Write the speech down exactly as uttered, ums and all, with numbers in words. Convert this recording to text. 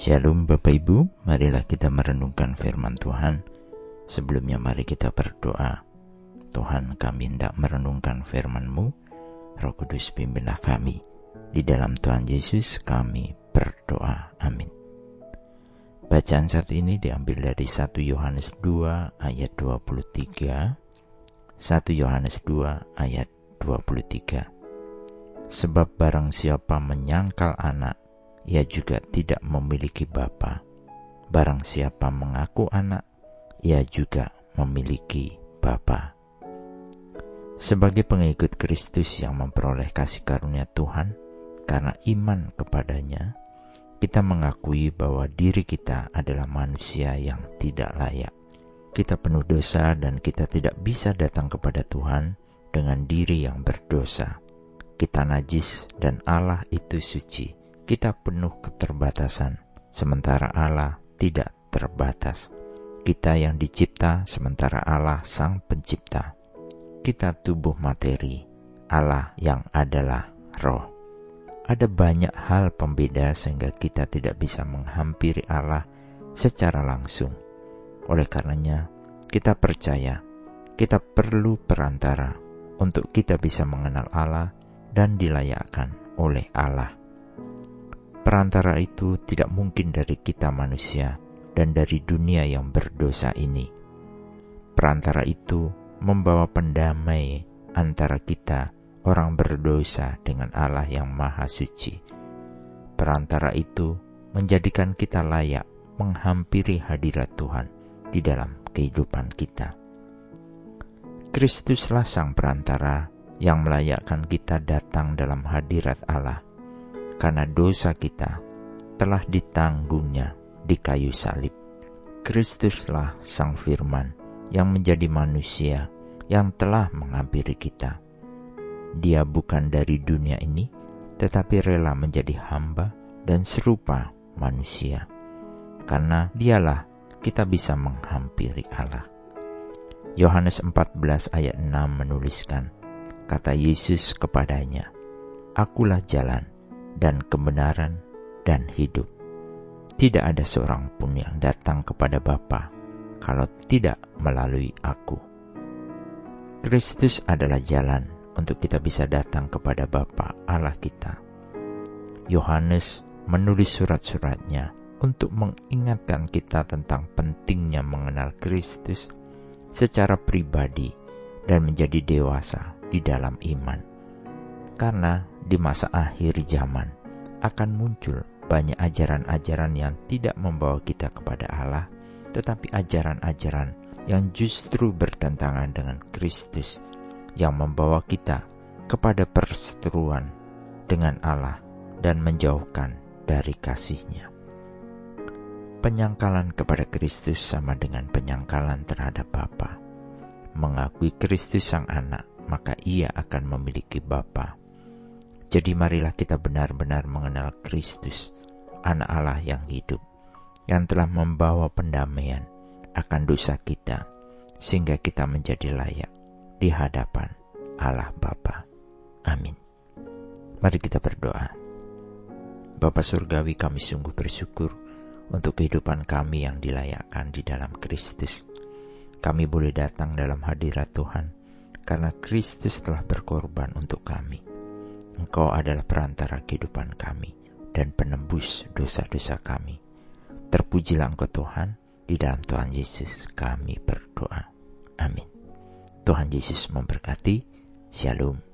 Shalom Bapak Ibu, marilah kita merenungkan firman Tuhan. Sebelumnya mari kita berdoa. Tuhan, kami hendak merenungkan firman-Mu. Roh Kudus pimpinlah kami. Di dalam Tuhan Yesus kami berdoa. Amin. Bacaan saat ini diambil dari satu Yohanes dua ayat dua puluh tiga. satu Yohanes dua ayat dua puluh tiga. Sebab barang siapa menyangkal anak, ia juga tidak memiliki bapa. Barang siapa mengaku anak, ia juga memiliki bapa. Sebagai pengikut Kristus yang memperoleh kasih karunia Tuhan karena iman kepadanya, kita mengakui bahwa diri kita adalah manusia yang tidak layak. Kita penuh dosa dan kita tidak bisa datang kepada Tuhan dengan diri yang berdosa. Kita najis dan Allah itu suci. Kita penuh keterbatasan, sementara Allah tidak terbatas. Kita yang dicipta, sementara Allah sang pencipta. Kita tubuh materi, Allah yang adalah roh. Ada banyak hal pembeda sehingga kita tidak bisa menghampiri Allah secara langsung. Oleh karenanya, kita percaya, kita perlu perantara untuk kita bisa mengenal Allah dan dilayakkan oleh Allah. Perantara itu tidak mungkin dari kita manusia dan dari dunia yang berdosa ini. Perantara itu membawa pendamai antara kita, orang berdosa, dengan Allah yang Maha Suci. Perantara itu menjadikan kita layak menghampiri hadirat Tuhan di dalam kehidupan kita. Kristuslah sang perantara yang melayakkan kita datang dalam hadirat Allah. Karena dosa kita telah ditanggungnya di kayu salib. Kristuslah sang firman yang menjadi manusia yang telah menghampiri kita. Dia bukan dari dunia ini, tetapi rela menjadi hamba dan serupa manusia. Karena dialah kita bisa menghampiri Allah. Yohanes empat belas ayat enam menuliskan, kata Yesus kepadanya, "Akulah jalan dan kebenaran dan hidup. Tidak ada seorang pun yang datang kepada Bapa kalau tidak melalui aku." Kristus adalah jalan untuk kita bisa datang kepada Bapa Allah kita. Yohanes menulis surat-suratnya untuk mengingatkan kita tentang pentingnya mengenal Kristus secara pribadi dan menjadi dewasa di dalam iman. Karena di masa akhir zaman akan muncul banyak ajaran-ajaran yang tidak membawa kita kepada Allah, tetapi ajaran-ajaran yang justru bertentangan dengan Kristus, yang membawa kita kepada perseteruan dengan Allah dan menjauhkan dari kasih-Nya. Penyangkalan kepada Kristus sama dengan penyangkalan terhadap Bapa. Mengakui Kristus sang anak, maka ia akan memiliki Bapa. Jadi marilah kita benar-benar mengenal Kristus, anak Allah yang hidup, yang telah membawa pendamaian akan dosa kita, sehingga kita menjadi layak di hadapan Allah Bapa. Amin. Mari kita berdoa. Bapa Surgawi, kami sungguh bersyukur untuk kehidupan kami yang dilayakkan di dalam Kristus. Kami boleh datang dalam hadirat Tuhan, karena Kristus telah berkorban untuk kami. Engkau adalah perantara kehidupan kami dan penembus dosa-dosa kami. Terpujilah Engkau Tuhan, di dalam Tuhan Yesus kami berdoa. Amin. Tuhan Yesus memberkati. Shalom.